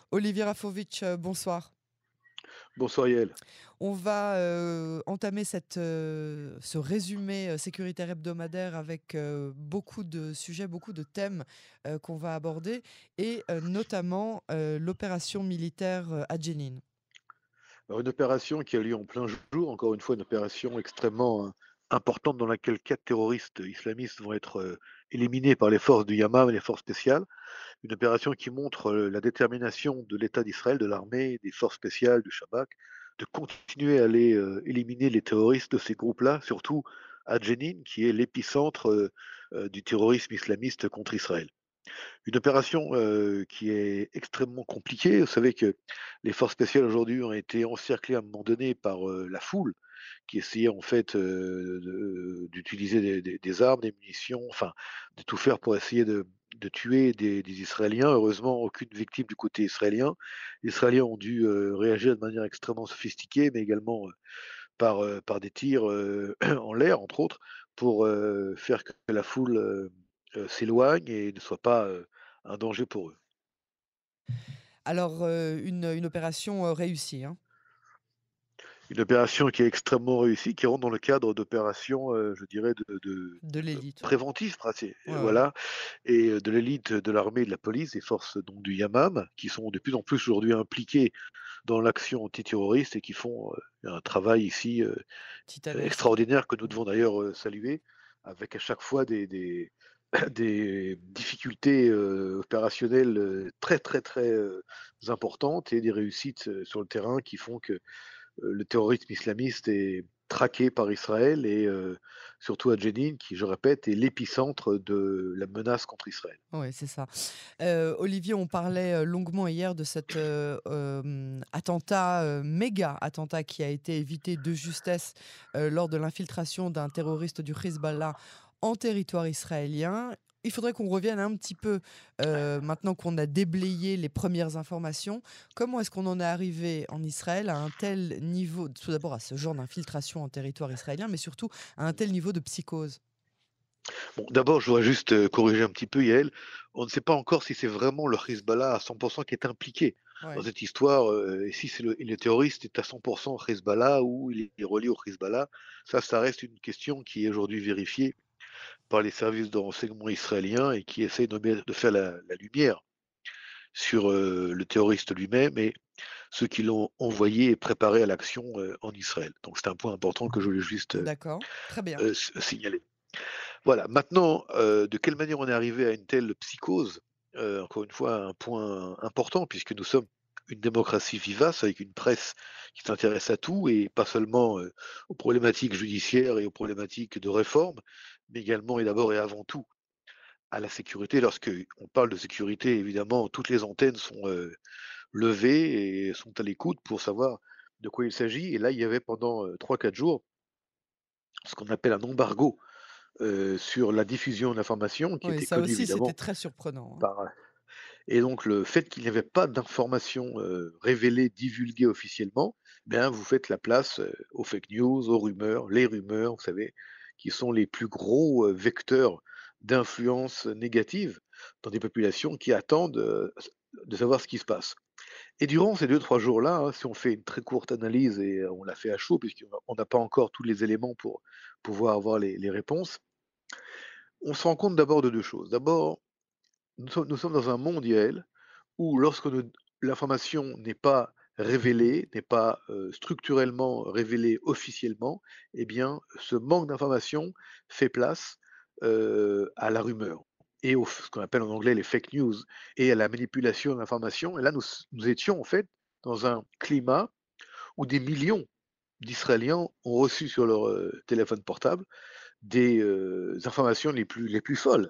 Olivier Rafovitch, bonsoir. Bonsoir Yael. On va, entamer ce résumé, sécuritaire hebdomadaire avec, beaucoup de sujets, beaucoup de thèmes, qu'on va aborder et notamment, l'opération militaire, à Jenin. Alors une opération qui a lieu en plein jour, encore une fois une opération extrêmement importante dans laquelle 4 terroristes islamistes vont être éliminés par les forces du Yamam et les forces spéciales. Une opération qui montre la détermination de l'État d'Israël, de l'armée, des forces spéciales, du Shabak, de continuer à aller éliminer les terroristes de ces groupes-là, surtout à Jenin, qui est l'épicentre du terrorisme islamiste contre Israël. Une opération, qui est extrêmement compliquée. Vous savez que les forces spéciales aujourd'hui ont été encerclées à un moment donné par, la foule qui essayait en fait, d'utiliser des armes, des munitions, enfin de tout faire pour essayer de tuer des Israéliens. Heureusement, aucune victime du côté israélien. Les Israéliens ont dû, réagir de manière extrêmement sophistiquée, mais également, par des tirs, en l'air entre autres, pour, faire que la foule, s'éloigne et ne soit pas, un danger pour eux. Alors, une opération, réussie, hein? Une opération qui est extrêmement réussie, qui rentre dans le cadre d'opérations, je dirais De l'élite, ouais. préventives Ouais, ouais. voilà, et de l'élite de l'armée et de la police, des forces donc du Yamam, qui sont de plus en plus aujourd'hui impliquées dans l'action antiterroriste et qui font, un travail ici, Titanesque. extraordinaire que nous devons d'ailleurs, saluer, avec à chaque fois des des difficultés, opérationnelles, très, très, très, importantes et des réussites, sur le terrain qui font que, le terrorisme islamiste est traqué par Israël et surtout à Jenin qui, je répète, est l'épicentre de la menace contre Israël. Ouais, c'est ça. Olivier, on parlait, longuement hier de cet, attentat, méga attentat qui a été évité de justesse, lors de l'infiltration d'un terroriste du Hezbollah en territoire israélien. Il faudrait qu'on revienne un petit peu, maintenant qu'on a déblayé les premières informations. Comment est-ce qu'on en est arrivé en Israël à un tel niveau tout d'abord à ce genre d'infiltration en territoire israélien, mais surtout à un tel niveau de psychose? Bon, d'abord, je voudrais juste, corriger un petit peu Yael. On ne sait pas encore si c'est vraiment le Hezbollah à 100 qui est impliqué dans Ouais. cette histoire, et si c'est le terroriste est à 100 Hezbollah ou il est relié au Hezbollah. Ça reste une question qui est aujourd'hui vérifiée par les services de renseignement israéliens et qui essayent de faire la lumière sur, le terroriste lui-même et ceux qui l'ont envoyé et préparé à l'action, en Israël. Donc c'est un point important que je voulais juste, D'accord, très bien. signaler. Voilà, maintenant, de quelle manière on est arrivé à une telle psychose? Encore une fois, un point important puisque nous sommes une démocratie vivace avec une presse qui s'intéresse à tout et pas seulement, aux problématiques judiciaires et aux problématiques de réforme, mais également et d'abord et avant tout à la sécurité. Lorsqu'on parle de sécurité, évidemment, toutes les antennes sont, levées et sont à l'écoute pour savoir de quoi il s'agit et là, il y avait pendant, 3-4 jours, ce qu'on appelle un embargo, sur la diffusion d'informations qui Oui, était ça connu aussi, c'était évidemment très surprenant, hein. par, et donc le fait qu'il n'y avait pas d'informations, révélées, divulguées officiellement, bien vous faites la place, aux fake news, aux rumeurs, les rumeurs, vous savez, qui sont les plus gros, vecteurs d'influence négative dans des populations qui attendent, de savoir ce qui se passe. Et durant ces 2-3 jours-là, hein, si on fait une très courte analyse et on l'a fait à chaud puisqu'on n'a pas encore tous les éléments pour pouvoir avoir les réponses, on se rend compte d'abord de 2 choses. D'abord, nous sommes dans un monde, Yael, où lorsque l'information n'est pas révélée, n'est pas, structurellement révélée officiellement, eh bien, ce manque d'information fait place, à la rumeur et ce qu'on appelle en anglais les fake news et à la manipulation de l'information et là, nous étions en fait dans un climat où des millions d'Israéliens ont reçu sur leur, téléphone portable des, informations les plus folles,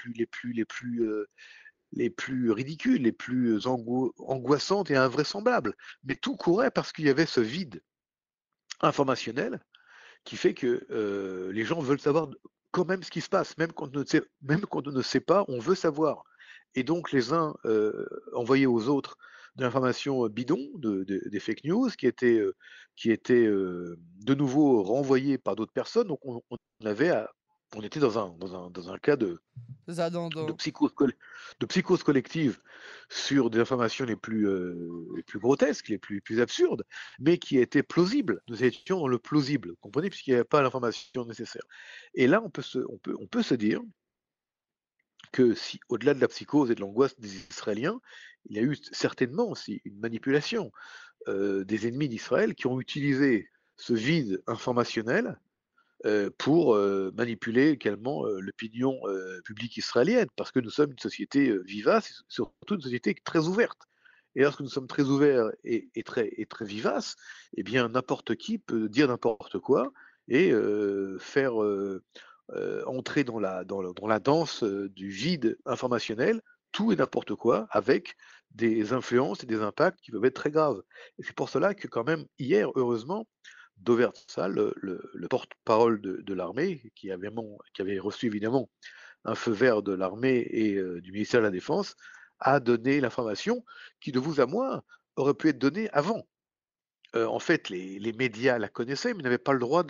les plus ridicules, les plus angoissantes et invraisemblables. Mais tout courait parce qu'il y avait ce vide informationnel qui fait que les gens veulent savoir quand même ce qui se passe, même quand on ne sait pas, on veut savoir. Et donc les uns envoyaient aux autres de l'information bidon, des fake news qui étaient de nouveau renvoyées par d'autres personnes. Donc on avait On était dans un cas C'est ça, de psychose coll de psychose collective sur des informations les plus grotesques, les plus absurdes, mais qui étaient plausibles. Nous étions dans le plausible, vous comprenez? Puisqu'il n'y avait pas l'information nécessaire. Et là, on peut se dire que si, au-delà de la psychose et de l'angoisse des Israéliens, il y a eu certainement aussi une manipulation, des ennemis d'Israël qui ont utilisé ce vide informationnel pour manipuler également l'opinion publique israélienne, parce que nous sommes une société vivace, et surtout une société très ouverte. Et lorsque nous sommes très ouverts et très vivaces, eh bien n'importe qui peut dire n'importe quoi et faire entrer dans la danse du vide informationnel tout et n'importe quoi, avec des influences et des impacts qui peuvent être très graves. Et c'est pour cela que quand même hier, heureusement, Doversa, le porte-parole de l'armée, qui avait reçu évidemment un feu vert de l'armée et du ministère de la Défense, a donné l'information qui, de vous à moi, aurait pu être donnée avant. En fait, les médias la connaissaient, mais n'avaient pas le droit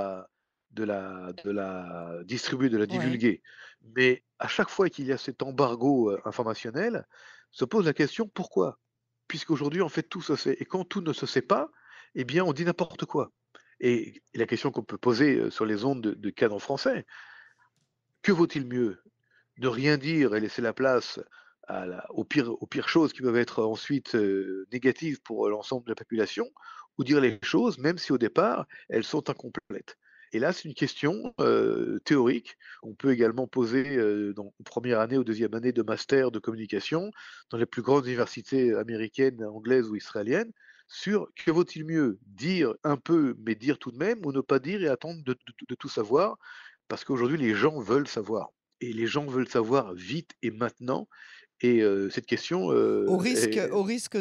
de la distribuer, de la ouais. divulguer. Mais à chaque fois qu'il y a cet embargo informationnel, se pose la question pourquoi? Puisqu'aujourd'hui, en fait, tout se sait. Et quand tout ne se sait pas, eh bien, on dit n'importe quoi. Et la question qu'on peut poser sur les ondes de canon français, que vaut-il mieux? Ne rien dire et laisser la place aux pires choses qui peuvent être ensuite négatives pour l'ensemble de la population, ou dire les choses, même si au départ, elles sont incomplètes. Et là, c'est une question théorique. On peut également poser dans première année ou deuxième année de master de communication dans les plus grandes universités américaines, anglaises ou israéliennes, sur que vaut-il mieux dire un peu, mais dire tout de même, ou ne pas dire et attendre de tout savoir, parce qu'aujourd'hui, les gens veulent savoir. Et les gens veulent savoir vite et maintenant. Et cette question Au est. risque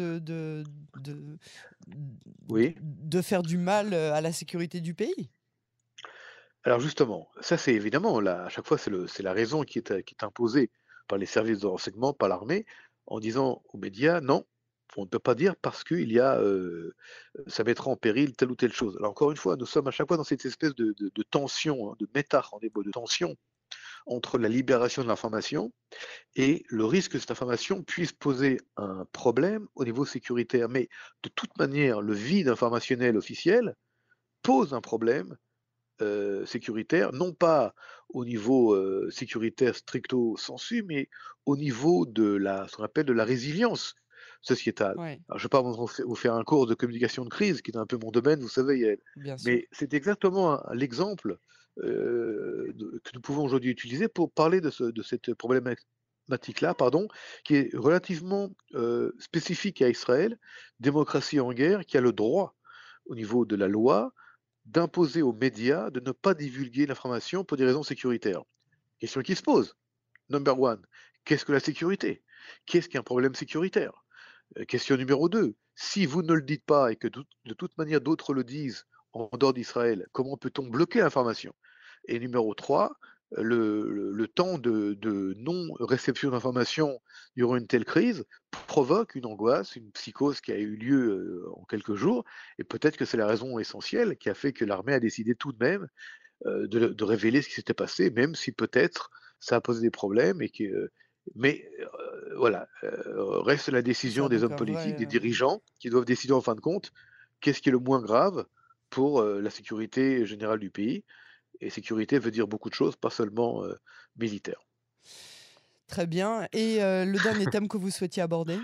de Oui. de faire du mal, à la sécurité du pays? Alors justement, ça c'est évidemment à chaque fois c'est la raison qui est imposée par les services de renseignement, par l'armée, en disant aux médias: «Non, on ne peut pas dire parce qu'il y a, ça mettra en péril telle ou telle chose». Alors encore une fois, nous sommes à chaque fois dans cette espèce de tension, hein, de métard en hébreu, de tension entre la libération de l'information et le risque que cette information puisse poser un problème au niveau sécuritaire. Mais de toute manière, le vide informationnel officiel pose un problème sécuritaire, non pas au niveau sécuritaire stricto sensu, mais au niveau ce qu'on appelle de la résilience sociétale. Ouais, Alors, je ne vais pas vous faire un cours de communication de crise, qui est un peu mon domaine, vous savez, Yael, bien sûr. mais c'est exactement l'exemple que nous pouvons aujourd'hui utiliser pour parler de cette problématique-là, pardon, qui est relativement spécifique à Israël, démocratie en guerre, qui a le droit, au niveau de la loi, d'imposer aux médias de ne pas divulguer l'information pour des raisons sécuritaires. Question qui se pose. Number one, qu'est-ce que la sécurité? Qu'est-ce qu'un problème sécuritaire? Question numéro 2, si vous ne le dites pas et que de toute manière d'autres le disent en dehors d'Israël, comment peut-on bloquer l'information? Et numéro 3, le temps de non-réception d'informations durant une telle crise provoque une angoisse, une psychose qui a eu lieu en quelques jours, et peut-être que c'est la raison essentielle qui a fait que l'armée a décidé tout de même de révéler ce qui s'était passé, même si peut-être ça a posé des problèmes mais voilà, reste la C'est ça, décision des donc hommes un politiques, vrai, des dirigeants qui doivent décider en fin de compte qu'est-ce qui est le moins grave pour la sécurité générale du pays. Et sécurité veut dire beaucoup de choses, pas seulement militaire. très bien et le dernier thème que vous souhaitiez aborder?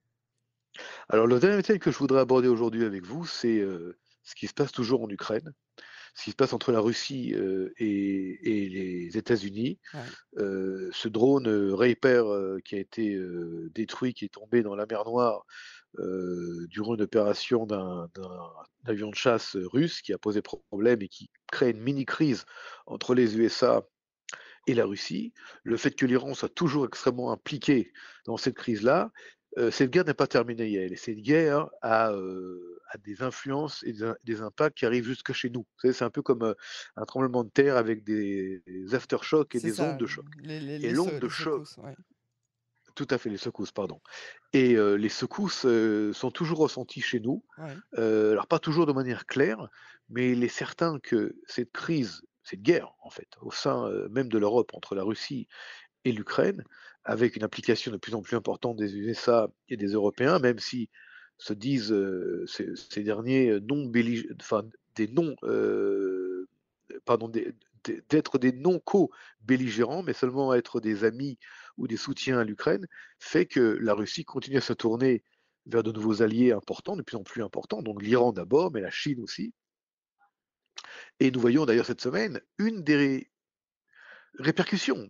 Alors le dernier thème que je voudrais aborder aujourd'hui avec vous, c'est ce qui se passe toujours en Ukraine, ce qui se passe entre la Russie et les États-Unis. Ouais, Ce drone Reaper qui a été détruit, qui est tombé dans la mer Noire durant une opération d'un avion de chasse russe, qui a posé problème et qui crée une mini crise entre les USA et la Russie. Le fait que l'Iran soit toujours extrêmement impliqué dans cette crise-là, cette guerre n'est pas terminée, Yael. Et cette guerre a des influences et des impacts qui arrivent jusque chez nous. Vous savez, c'est un peu comme un tremblement de terre avec des aftershocks et c'est des ondes ça, de choc. les les Et les l'onde se de les choc, secousses, ouais. tout à fait, les secousses, pardon. Et les secousses sont toujours ressenties chez nous. Ouais, Alors pas toujours de manière claire, mais il est certain que cette crise c'est une guerre, en fait, au sein, même de l'Europe, entre la Russie et l'Ukraine, avec une implication de plus en plus importante des USA et des Européens, même si se disent, ces derniers, non bellig enfin, des non, pardon, d'être des non co-belligérants, mais seulement être des amis ou des soutiens à l'Ukraine, fait que la Russie continue à se tourner vers de nouveaux alliés importants, de plus en plus importants, donc l'Iran d'abord, mais la Chine aussi. Et nous voyons d'ailleurs cette semaine une des répercussions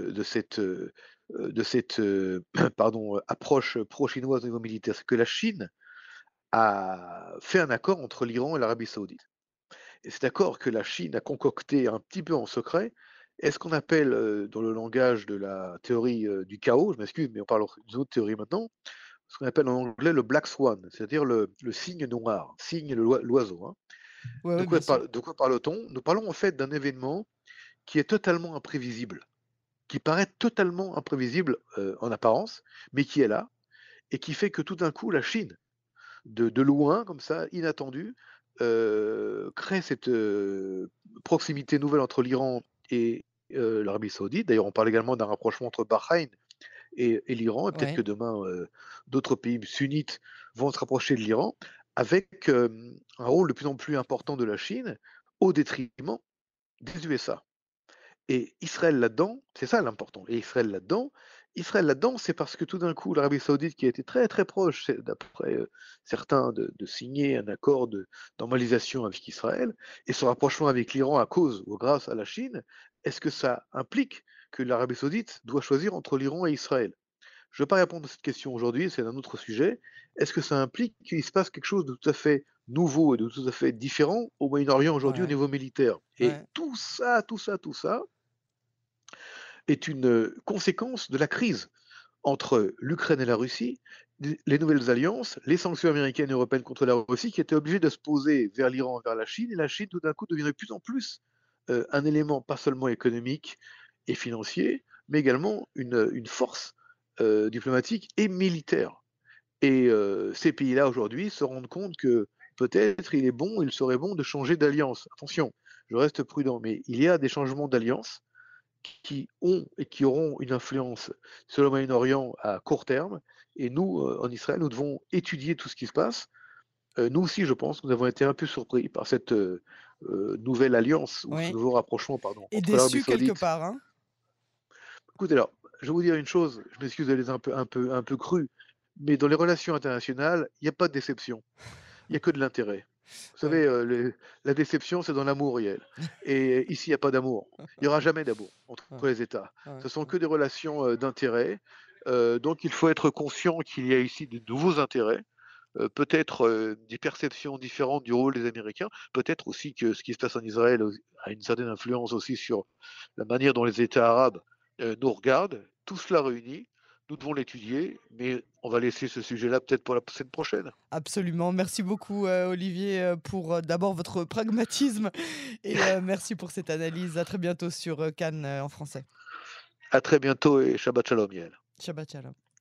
de cette pardon, approche pro-chinoise au niveau militaire. C'est que la Chine a fait un accord entre l'Iran et l'Arabie Saoudite. Et cet accord que la Chine a concocté un petit peu en secret est ce qu'on appelle, dans le langage de la théorie, du chaos, je m'excuse, mais on parle d'une autre théorie maintenant, ce qu'on appelle en anglais le black swan, c'est-à-dire le cygne noir, cygne l'oiseau, hein. Ouais, ouais, bien sûr. De quoi parle-t-on? Nous parlons en fait d'un événement qui est totalement imprévisible, qui paraît totalement imprévisible, en apparence, mais qui est là et qui fait que tout d'un coup la Chine, de loin comme ça, inattendu, crée cette, proximité nouvelle entre l'Iran et l'Arabie Saoudite. D'ailleurs, on parle également d'un rapprochement entre Bahreïn et l'Iran et peut-être que Ouais, demain, d'autres pays sunnites vont se rapprocher de l'Iran avec, un rôle de plus en plus important de la Chine au détriment des USA. Et Israël là-dedans, c'est ça l'important. Et Israël là-dedans, c'est parce que tout d'un coup, l'Arabie Saoudite, qui a été très très proche, d'après certains, de signer un accord de normalisation avec Israël, et son rapprochement avec l'Iran à cause ou grâce à la Chine, est-ce que ça implique que l'Arabie Saoudite doit choisir entre l'Iran et Israël? Je ne veux pas répondre à cette question aujourd'hui, c'est un autre sujet. Est-ce que ça implique qu'il se passe quelque chose de tout à fait nouveau et de tout à fait différent au Moyen-Orient aujourd'hui au ouais, niveau militaire? Et ouais, tout ça est une conséquence de la crise entre l'Ukraine et la Russie, les nouvelles alliances, les sanctions américaines et européennes contre la Russie qui étaient obligées de se poser vers l'Iran, vers la Chine, et la Chine tout d'un coup devenait de plus en plus un élément pas seulement économique et financier, mais également une force diplomatique et militaire. Et ces pays-là aujourd'hui se rendent compte que peut-être il serait bon de changer d'alliance. Attention, je reste prudent, mais il y a des changements d'alliance qui ont et qui auront une influence sur le Moyen-Orient à court terme. Et nous, en Israël, nous devons étudier tout ce qui se passe. Nous aussi, je pense, nous avons été un peu surpris par cette nouvelle alliance ou ce ouais. nouveau rapprochement, pardon, Et entre l'Arabie déçu quelque Saoudite. part, hein? Écoutez, alors, je vais vous dire une chose, je m'excuse d'aller un peu cru, mais dans les relations internationales, il n'y a pas de déception. Il y a que de l'intérêt. Vous Ouais, savez, la déception, c'est dans l'amour réel. Et ici, il y a pas d'amour. Il y aura jamais d'amour entre ouais, les États. ouais, Ce sont ouais. que des relations, d'intérêt. Donc il faut être conscient qu'il y a ici de nouveaux intérêts, peut-être, des perceptions différentes du rôle des Américains, peut-être aussi que ce qui se passe en Israël a une certaine influence aussi sur la manière dont les États arabes, nous regardent. Tout cela réuni, nous devons l'étudier, mais on va laisser ce sujet-là peut-être pour la semaine prochaine. Absolument. Merci beaucoup, Olivier, pour, d'abord votre pragmatisme et merci pour cette analyse. À très bientôt sur, Cannes, en français. À très bientôt et Shabbat shalom, Yael. Shabbat shalom.